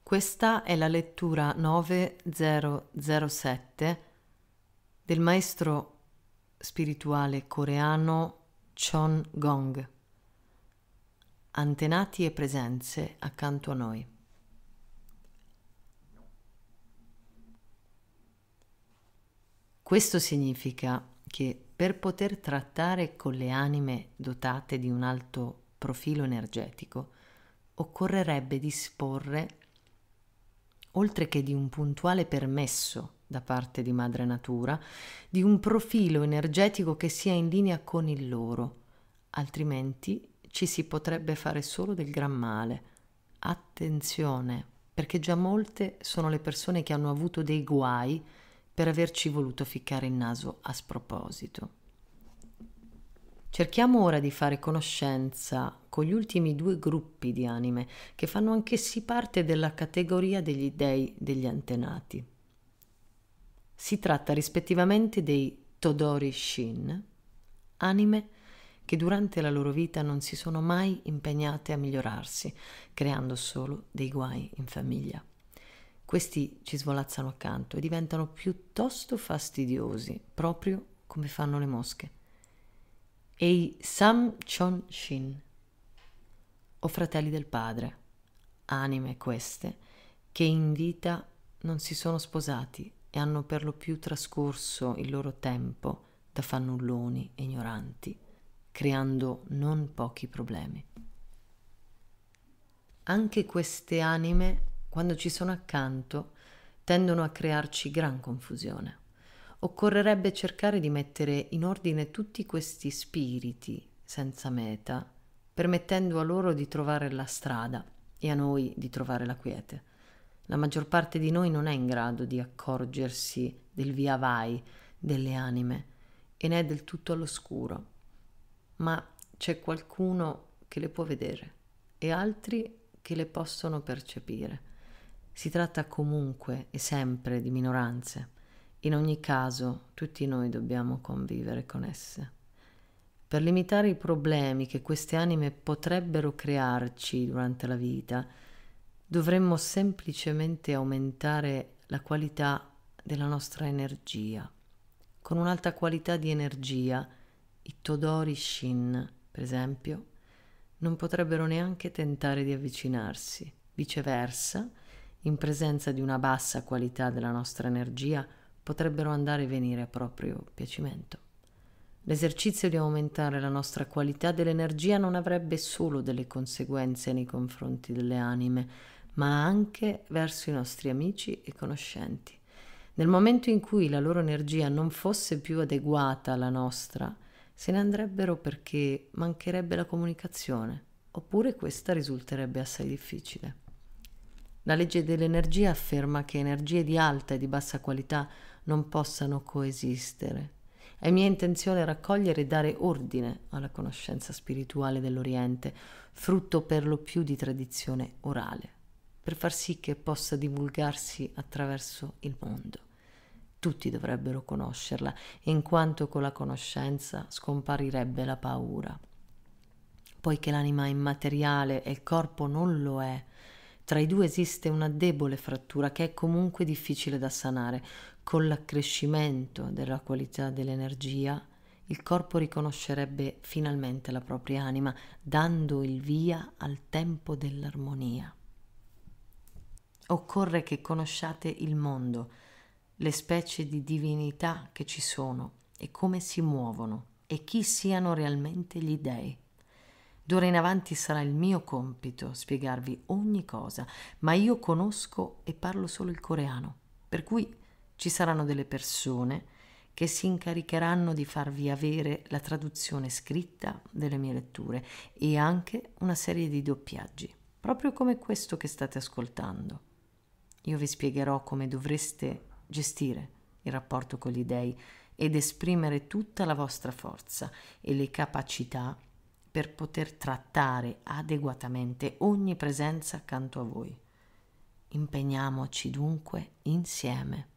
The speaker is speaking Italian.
Questa è la lettura 9007 del maestro spirituale coreano Chon Gong. Antenati e presenze accanto a noi. Questo significa che per poter trattare con le anime dotate di un alto profilo energetico, occorrerebbe disporre, oltre che di un puntuale permesso da parte di Madre Natura, di un profilo energetico che sia in linea con il loro, altrimenti ci si potrebbe fare solo del gran male. Attenzione, perché già molte sono le persone che hanno avuto dei guai per averci voluto ficcare il naso a sproposito. Cerchiamo ora di fare conoscenza con gli ultimi due gruppi di anime che fanno anch'essi parte della categoria degli dei degli antenati. Si tratta rispettivamente dei Todori Shin, anime che durante la loro vita non si sono mai impegnate a migliorarsi, creando solo dei guai in famiglia. Questi ci svolazzano accanto e diventano piuttosto fastidiosi, proprio come fanno le mosche. E i Samchon Shin, o fratelli del padre, anime queste che in vita non si sono sposati e hanno per lo più trascorso il loro tempo da fannulloni e ignoranti, creando non pochi problemi. Anche queste anime, quando ci sono accanto, tendono a crearci gran confusione. Occorrerebbe cercare di mettere in ordine tutti questi spiriti senza meta, permettendo a loro di trovare la strada e a noi di trovare la quiete. La maggior parte di noi non è in grado di accorgersi del via vai delle anime e ne è del tutto all'oscuro, ma c'è qualcuno che le può vedere e altri che le possono percepire. Si tratta comunque e sempre di minoranze. In ogni caso, tutti noi dobbiamo convivere con esse. Per limitare i problemi che queste anime potrebbero crearci durante la vita, dovremmo semplicemente aumentare la qualità della nostra energia. Con un'alta qualità di energia, i Todori Shin, per esempio, non potrebbero neanche tentare di avvicinarsi. Viceversa, in presenza di una bassa qualità della nostra energia, potrebbero andare e venire a proprio piacimento. L'esercizio di aumentare la nostra qualità dell'energia non avrebbe solo delle conseguenze nei confronti delle anime, ma anche verso i nostri amici e conoscenti. Nel momento in cui la loro energia non fosse più adeguata alla nostra, se ne andrebbero perché mancherebbe la comunicazione, oppure questa risulterebbe assai difficile. La legge dell'energia afferma che energie di alta e di bassa qualità non possano coesistere. È mia intenzione raccogliere e dare ordine alla conoscenza spirituale dell'Oriente, frutto per lo più di tradizione orale, per far sì che possa divulgarsi attraverso il mondo. Tutti dovrebbero conoscerla, in quanto con la conoscenza scomparirebbe la paura. Poiché l'anima è immateriale e il corpo non lo è, tra i due esiste una debole frattura che è comunque difficile da sanare. Con l'accrescimento della qualità dell'energia, il corpo riconoscerebbe finalmente la propria anima, dando il via al tempo dell'armonia. Occorre che conosciate il mondo, le specie di divinità che ci sono e come si muovono e chi siano realmente gli dei. D'ora in avanti sarà il mio compito spiegarvi ogni cosa, ma io conosco e parlo solo il coreano, per cui ci saranno delle persone che si incaricheranno di farvi avere la traduzione scritta delle mie letture e anche una serie di doppiaggi, proprio come questo che state ascoltando. Io vi spiegherò come dovreste gestire il rapporto con gli dei ed esprimere tutta la vostra forza e le capacità per poter trattare adeguatamente ogni presenza accanto a voi. Impegniamoci dunque insieme.